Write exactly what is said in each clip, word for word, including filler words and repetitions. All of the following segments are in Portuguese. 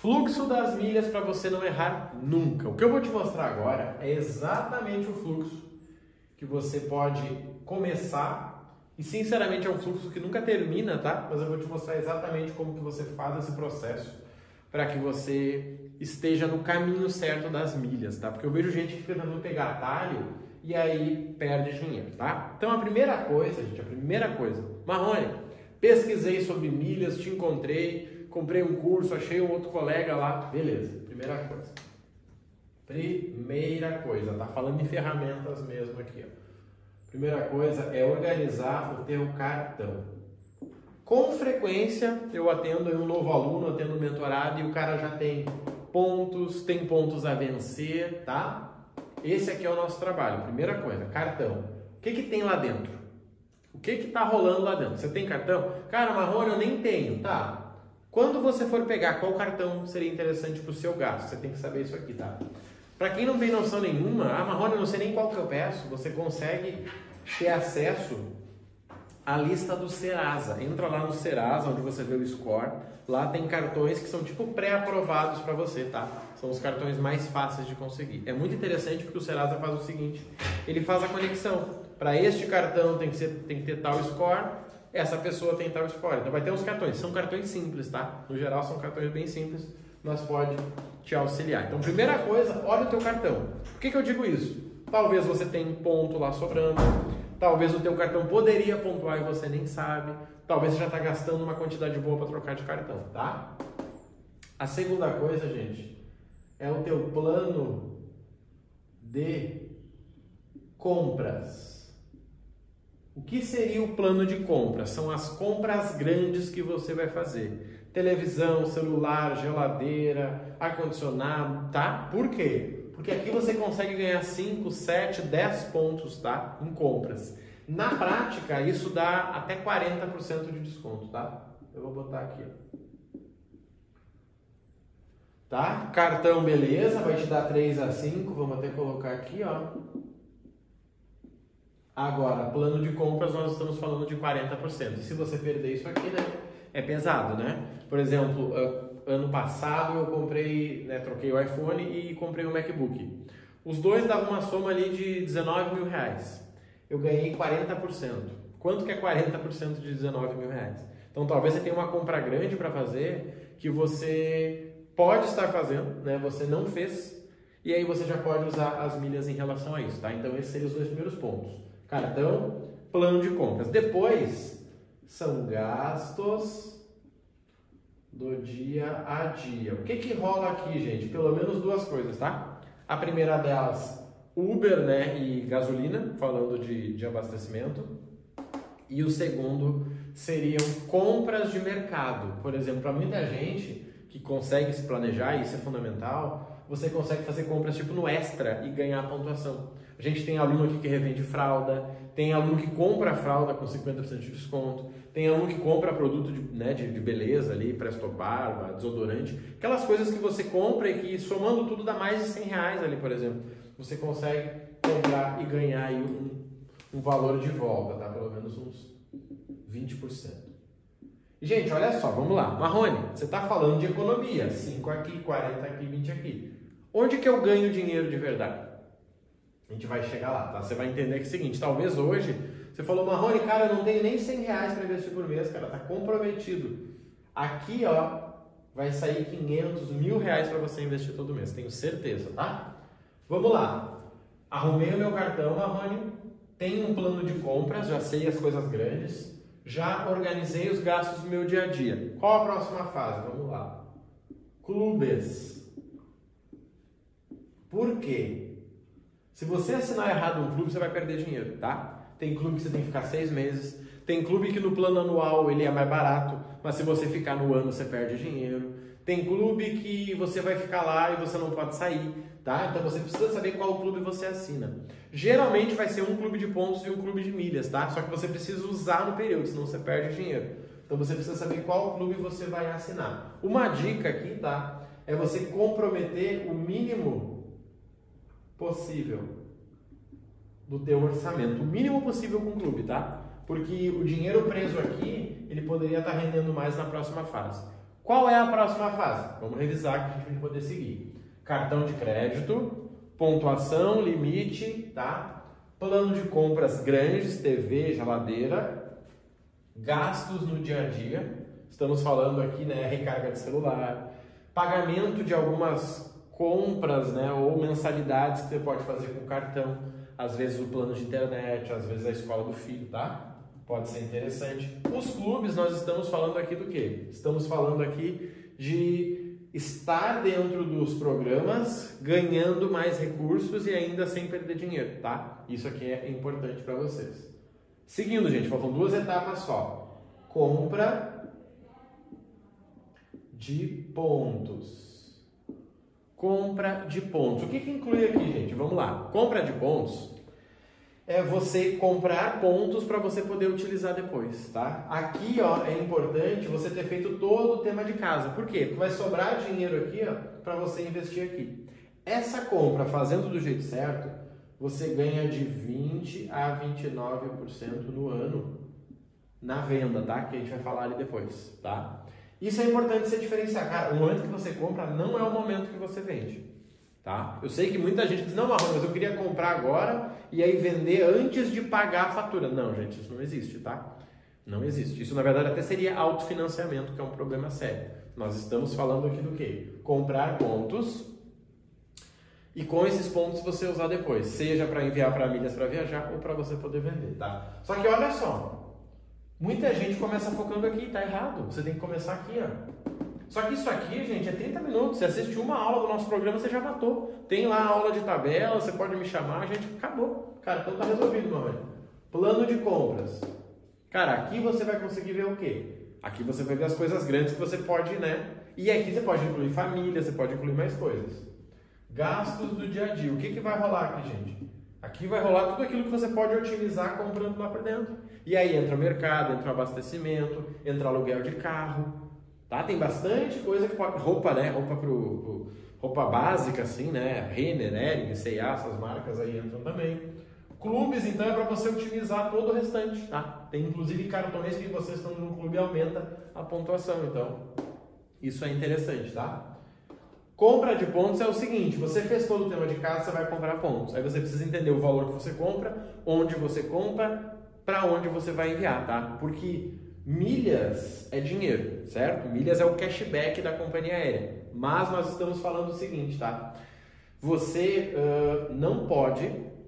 Fluxo das milhas para você não errar nunca. O que eu vou te mostrar agora é exatamente o fluxo que você pode começar e sinceramente é um fluxo que nunca termina, tá? Mas eu vou te mostrar exatamente como que você faz esse processo para que você esteja no caminho certo das milhas, tá? Porque eu vejo gente que fica tentando pegar atalho e aí perde dinheiro, tá? Então a primeira coisa, gente, a primeira coisa, Marrone, pesquisei sobre milhas, te encontrei, comprei um curso, achei um outro colega lá, beleza, primeira coisa. Primeira coisa, tá falando em ferramentas mesmo aqui, ó. Primeira coisa é organizar o teu cartão. Com frequência eu atendo um novo aluno, atendo um mentorado e o cara já tem pontos, tem pontos a vencer, tá? Esse aqui é o nosso trabalho. Primeira coisa, cartão. O que que tem lá dentro? O que que tá rolando lá dentro? Você tem cartão? Cara, Marrone, eu nem tenho, tá? Quando você for pegar qual cartão seria interessante para o seu gasto, você tem que saber isso aqui, tá? Para quem não tem noção nenhuma, ah, Marrone, eu não sei nem qual que eu peço, você consegue ter acesso à lista do Serasa. Entra lá no Serasa, onde você vê o score, lá tem cartões que são tipo pré-aprovados para você, tá? São os cartões mais fáceis de conseguir. É muito interessante porque o Serasa faz o seguinte, ele faz a conexão. Para este cartão tem que, ser, tem que ter tal score, essa pessoa tem tal score. Então vai ter uns cartões, são cartões simples, tá? No geral são cartões bem simples, mas pode te auxiliar. Então primeira coisa, olha o teu cartão. Por que que eu digo isso? Talvez você tenha um ponto lá sobrando, talvez o teu cartão poderia pontuar e você nem sabe, talvez você já está gastando uma quantidade boa para trocar de cartão, tá? A segunda coisa, gente, é o teu plano de compras. O que seria o plano de compras? São as compras grandes que você vai fazer. Televisão, celular, geladeira, ar-condicionado, tá? Por quê? Porque aqui você consegue ganhar cinco, sete, dez pontos, tá? Em compras. Na prática, isso dá até quarenta por cento de desconto, tá? Eu vou botar aqui, ó. Tá? Cartão, beleza, vai te dar três a cinco, vamos até colocar aqui, ó. Agora, plano de compras, nós estamos falando de quarenta por cento. E se você perder isso aqui, né, é pesado, né? Por exemplo, ano passado eu comprei, né, troquei o iPhone e comprei um MacBook. Os dois davam uma soma ali de dezenove mil reais. Eu ganhei quarenta por cento. Quanto que é quarenta por cento de dezenove mil reais? Então, talvez você tenha uma compra grande para fazer que você pode estar fazendo, né? Você não fez. E aí você já pode usar as milhas em relação a isso, tá? Então, esses seriam os dois primeiros pontos. Cartão, plano de compras. Depois, são gastos do dia a dia. O que que rola aqui, gente? Pelo menos duas coisas, tá? A primeira delas, Uber, né, e gasolina, falando de, de abastecimento. E o segundo seriam compras de mercado. Por exemplo, para muita gente que consegue se planejar, e isso é fundamental, você consegue fazer compras tipo no Extra e ganhar pontuação. A gente tem aluno aqui que revende fralda, tem aluno que compra fralda com cinquenta por cento de desconto, tem aluno que compra produto de, né, de, de beleza ali, Presto Barba, desodorante, aquelas coisas que você compra e que somando tudo dá mais de cem reais ali, por exemplo. Você consegue comprar e ganhar aí um, um valor de volta, tá? Pelo menos uns vinte por cento. E, gente, olha só, vamos lá. Marrone, você está falando de economia, cinco aqui, quarenta aqui, vinte aqui. Onde que eu ganho dinheiro de verdade? A gente vai chegar lá, tá? Você vai entender que é o seguinte, talvez hoje você falou, Marrone, cara, eu não tenho nem cem reais para investir por mês, cara, tá comprometido. Aqui, ó, vai sair quinhentos, mil reais para você investir todo mês, tenho certeza, tá? Vamos lá. Arrumei o meu cartão, Marrone, tenho um plano de compras, já sei as coisas grandes, já organizei os gastos do meu dia a dia. Qual a próxima fase? Vamos lá. Clubes. Por quê? Se você assinar errado um clube, você vai perder dinheiro, tá? Tem clube que você tem que ficar seis meses, tem clube que no plano anual ele é mais barato, mas se você ficar no ano você perde dinheiro. Tem clube que você vai ficar lá e você não pode sair, tá? Então você precisa saber qual clube você assina. Geralmente vai ser um clube de pontos e um clube de milhas, tá? Só que você precisa usar no período, senão você perde dinheiro. Então você precisa saber qual clube você vai assinar. Uma dica aqui, tá? É você comprometer o mínimo possível do teu orçamento, o mínimo possível com o clube, tá? Porque o dinheiro preso aqui, ele poderia estar rendendo mais na próxima fase. Qual é a próxima fase? Vamos revisar que a gente vai poder seguir. Cartão de crédito, pontuação, limite, tá? Plano de compras grandes, T V, geladeira, gastos no dia a dia. Estamos falando aqui, né, recarga de celular, pagamento de algumas compras, né, ou mensalidades que você pode fazer com cartão, às vezes o plano de internet, às vezes a escola do filho, tá? Pode ser interessante. Os clubes, nós estamos falando aqui do quê? Estamos falando aqui de estar dentro dos programas, ganhando mais recursos e ainda sem perder dinheiro, tá? Isso aqui é importante para vocês. Seguindo, gente, faltam duas etapas só. Compra de pontos. Compra de pontos. O que que inclui aqui, gente? Vamos lá. Compra de pontos é você comprar pontos para você poder utilizar depois, tá? Aqui, ó, é importante você ter feito todo o tema de casa. Por quê? Porque vai sobrar dinheiro aqui, ó, para você investir aqui. Essa compra, fazendo do jeito certo, você ganha de vinte a vinte e nove por cento no ano na venda, tá? Que a gente vai falar ali depois, tá? Isso é importante você diferenciar. Cara, o momento que você compra não é o momento que você vende, tá? Eu sei que muita gente diz, não, Marrom, mas eu queria comprar agora e aí vender antes de pagar a fatura. Não, gente, isso não existe, tá? Não existe. Isso, na verdade, até seria autofinanciamento, que é um problema sério. Nós estamos falando aqui do quê? Comprar pontos e com esses pontos você usar depois, seja para enviar para milhas para viajar ou para você poder vender, tá? Só que olha só, muita gente começa focando aqui, tá errado. Você tem que começar aqui, ó. Só que isso aqui, gente, é trinta minutos. Você assiste uma aula do nosso programa, você já matou. Tem lá a aula de tabela, você pode me chamar, gente, acabou. Cara, então tá resolvido, mamãe. Plano de compras. Cara, aqui você vai conseguir ver o quê? Aqui você vai ver as coisas grandes que você pode, né? E aqui você pode incluir família, você pode incluir mais coisas. Gastos do dia a dia. O que que vai rolar aqui, gente? Aqui vai rolar tudo aquilo que você pode otimizar comprando lá por dentro. E aí entra o mercado, entra o abastecimento, entra o aluguel de carro, tá? Tem bastante coisa que pode... Roupa, né? Roupa, pro, pro... Roupa básica, assim, né? Renner, Hering, C e A, essas marcas aí entram também. Clubes, então, é para você otimizar todo o restante, tá? Tem inclusive cartões que vocês estão no clube aumenta a pontuação, então isso é interessante, tá? Compra de pontos é o seguinte, você fez todo o tema de casa, você vai comprar pontos. Aí você precisa entender o valor que você compra, onde você compra, para onde você vai enviar, tá? Porque milhas é dinheiro, certo? Milhas é o cashback da companhia aérea. Mas nós estamos falando o seguinte, tá? Você uh, não pode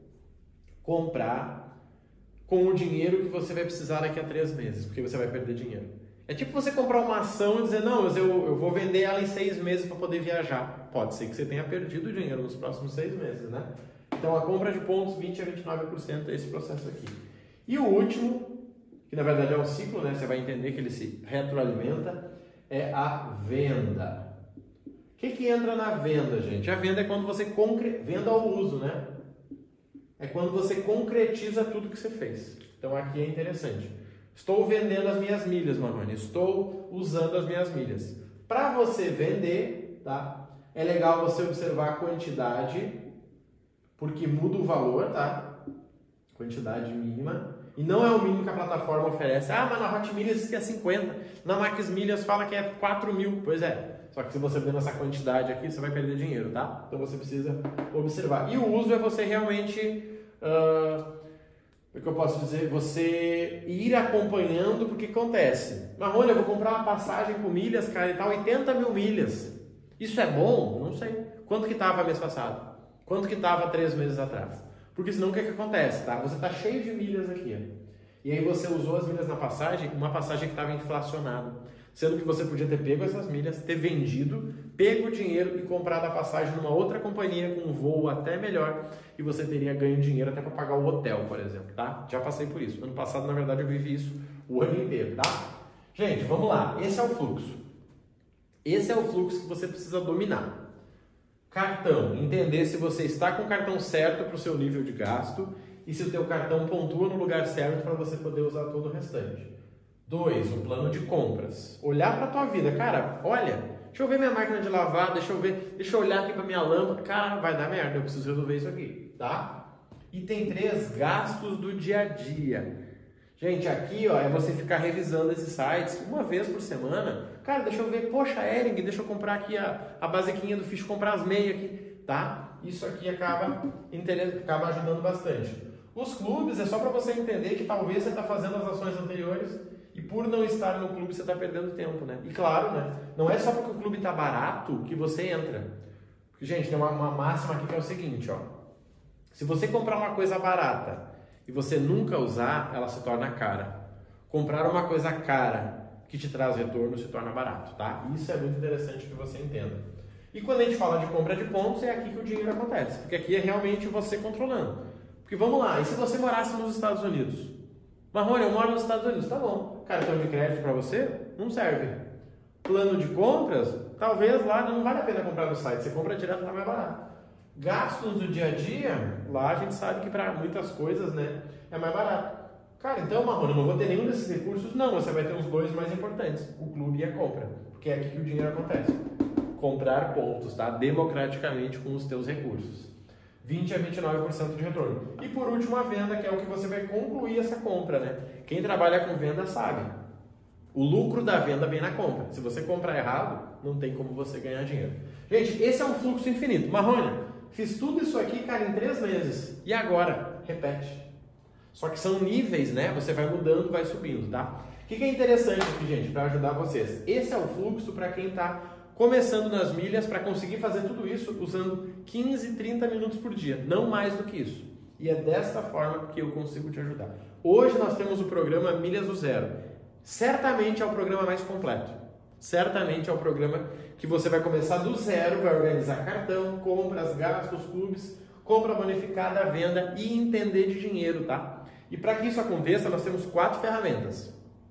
comprar com o dinheiro que você vai precisar daqui a três meses, porque você vai perder dinheiro. É tipo você comprar uma ação e dizer, não, mas eu, eu vou vender ela em seis meses para poder viajar. Pode ser que você tenha perdido dinheiro nos próximos seis meses, né? Então a compra de pontos, vinte a vinte e nove por cento é esse processo aqui. E o último, que na verdade é um ciclo, né? Você vai entender que ele se retroalimenta, é a venda. O que que entra na venda, gente? A venda é quando você concre... venda ao uso, né? É quando você concretiza tudo que você fez. Então aqui é interessante. Estou vendendo as minhas milhas, Marrone. Estou usando as minhas milhas. Para você vender, tá? É legal você observar a quantidade, porque muda o valor, tá? Quantidade mínima. E não é o mínimo que a plataforma oferece. Ah, mas na Hot Milhas diz que é cinquenta. Na Max Milhas fala que é quatro mil. Pois é. Só que se você vendo essa quantidade aqui, você vai perder dinheiro, tá? Então você precisa observar. E o uso é você realmente... Uh, o que eu posso dizer? Você ir acompanhando, porque acontece. Marrone, eu vou comprar uma passagem com milhas, cara, e tal, oitenta mil milhas. Isso é bom? Não sei. Quanto que estava mês passado? Quanto que estava três meses atrás? Porque senão o que, que acontece, tá? Você está cheio de milhas aqui, ó. E aí você usou as milhas na passagem, uma passagem que estava inflacionada. Sendo que você podia ter pego essas milhas, ter vendido, pego o dinheiro e comprado a passagem numa outra companhia com um voo até melhor e você teria ganho dinheiro até para pagar o hotel, por exemplo, tá? Já passei por isso. Ano passado, na verdade, eu vivi isso o ano inteiro, tá? Gente, vamos lá. Esse é o fluxo. Esse é o fluxo que você precisa dominar. Cartão. Entender se você está com o cartão certo para o seu nível de gasto e se o teu cartão pontua no lugar certo para você poder usar todo o restante. Dois, o plano de compras. Olhar para a tua vida. Cara, olha, deixa eu ver minha máquina de lavar, deixa eu ver, deixa eu olhar aqui para minha lâmpada. Cara, vai dar merda, eu preciso resolver isso aqui, tá? Item três, gastos do dia a dia. Gente, aqui ó, é você ficar revisando esses sites uma vez por semana. Cara, deixa eu ver, poxa, Hering, deixa eu comprar aqui a, a basiquinha do Fish, comprar as meias aqui, tá? Isso aqui acaba, acaba ajudando bastante. Os clubes é só para você entender que talvez você está fazendo as ações anteriores e por não estar no clube você está perdendo tempo, né? E claro, né? Não é só porque o clube está barato que você entra. Porque, gente, tem uma, uma máxima aqui que é o seguinte, ó. Se você comprar uma coisa barata e você nunca usar, ela se torna cara. Comprar uma coisa cara que te traz retorno se torna barato, tá? Isso é muito interessante que você entenda. E quando a gente fala de compra de pontos, é aqui que o dinheiro acontece. Porque aqui é realmente você controlando. Porque vamos lá, e se você morasse nos Estados Unidos? Marrone, eu moro nos Estados Unidos, tá bom. Cartão de crédito para você? Não serve. Plano de compras? Talvez lá não vale a pena comprar no site, você compra direto lá mais barato. Gastos do dia a dia, lá a gente sabe que para muitas coisas, né, é mais barato. Cara, então, Marrone, eu não vou ter nenhum desses recursos? Não, você vai ter os dois mais importantes, o clube e a compra, porque é aqui que o dinheiro acontece. Comprar pontos, tá? Democraticamente com os teus recursos. vinte a vinte e nove por cento de retorno. E por último, a venda, que é o que você vai concluir essa compra, né? Quem trabalha com venda sabe. O lucro da venda vem na compra. Se você comprar errado, não tem como você ganhar dinheiro. Gente, esse é um fluxo infinito. Marrone, fiz tudo isso aqui, cara, em três meses. E agora? Repete. Só que são níveis, né? Você vai mudando, vai subindo, tá? O que é interessante aqui, gente, para ajudar vocês? Esse é o fluxo para quem está começando nas milhas, para conseguir fazer tudo isso usando quinze, trinta minutos por dia. Não mais do que isso. E é desta forma que eu consigo te ajudar. Hoje nós temos o programa Milhas do Zero. Certamente é o programa mais completo. Certamente é o programa que você vai começar do zero, vai organizar cartão, compras, gastos, clubes, compra bonificada, venda e entender de dinheiro, tá? E para que isso aconteça, nós temos quatro ferramentas.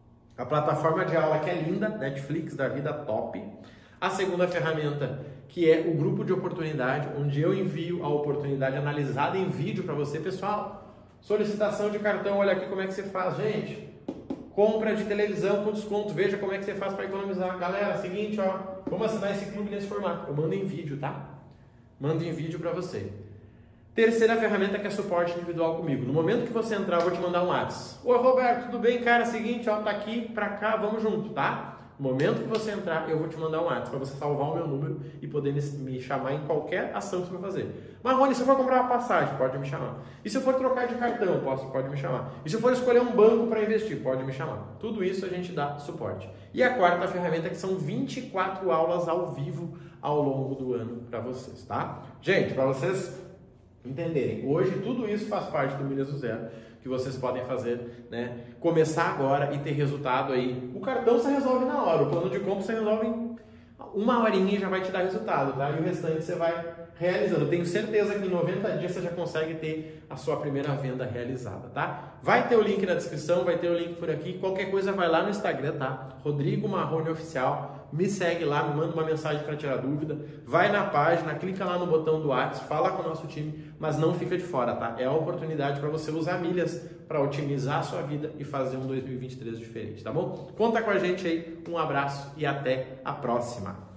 A plataforma de aula que é linda, Netflix da vida top. A segunda ferramenta, que é o grupo de oportunidade, onde eu envio a oportunidade analisada em vídeo para você. Pessoal, solicitação de cartão, olha aqui como é que você faz, gente. Compra de televisão com desconto, veja como é que você faz para economizar. Galera, seguinte, ó, vamos assinar esse clube nesse formato. Eu mando em vídeo, tá? Mando em vídeo para você. Terceira ferramenta que é suporte individual comigo. No momento que você entrar, eu vou te mandar um WhatsApp. Oi, Roberto, tudo bem? Cara, seguinte, ó, tá aqui, pra cá, vamos junto, tá? No momento que você entrar, eu vou te mandar um WhatsApp para você salvar o meu número e poder me, me chamar em qualquer ação que você vai fazer. Marrone, se eu for comprar uma passagem, pode me chamar. E se eu for trocar de cartão, posso, pode me chamar. E se eu for escolher um banco para investir, pode me chamar. Tudo isso a gente dá suporte. E a quarta ferramenta, que são vinte e quatro aulas ao vivo ao longo do ano para vocês, tá? Gente, para vocês entenderem, hoje tudo isso faz parte do Milhas do Zero, que vocês podem fazer, né? Começar agora e ter resultado aí. O cartão você resolve na hora, o plano de compra você resolve em uma horinha e já vai te dar resultado, tá? E o restante você vai realizando. Tenho certeza que em noventa dias você já consegue ter a sua primeira venda realizada, tá? Vai ter o link na descrição, vai ter o link por aqui. Qualquer coisa vai lá no Instagram, tá? Rodrigo Marrone Oficial. Me segue lá, me manda uma mensagem para tirar dúvida. Vai na página, clica lá no botão do WhatsApp, fala com o nosso time, mas não fica de fora, tá? É a oportunidade para você usar milhas para otimizar a sua vida e fazer um dois mil e vinte e três diferente, tá bom? Conta com a gente aí, um abraço e até a próxima!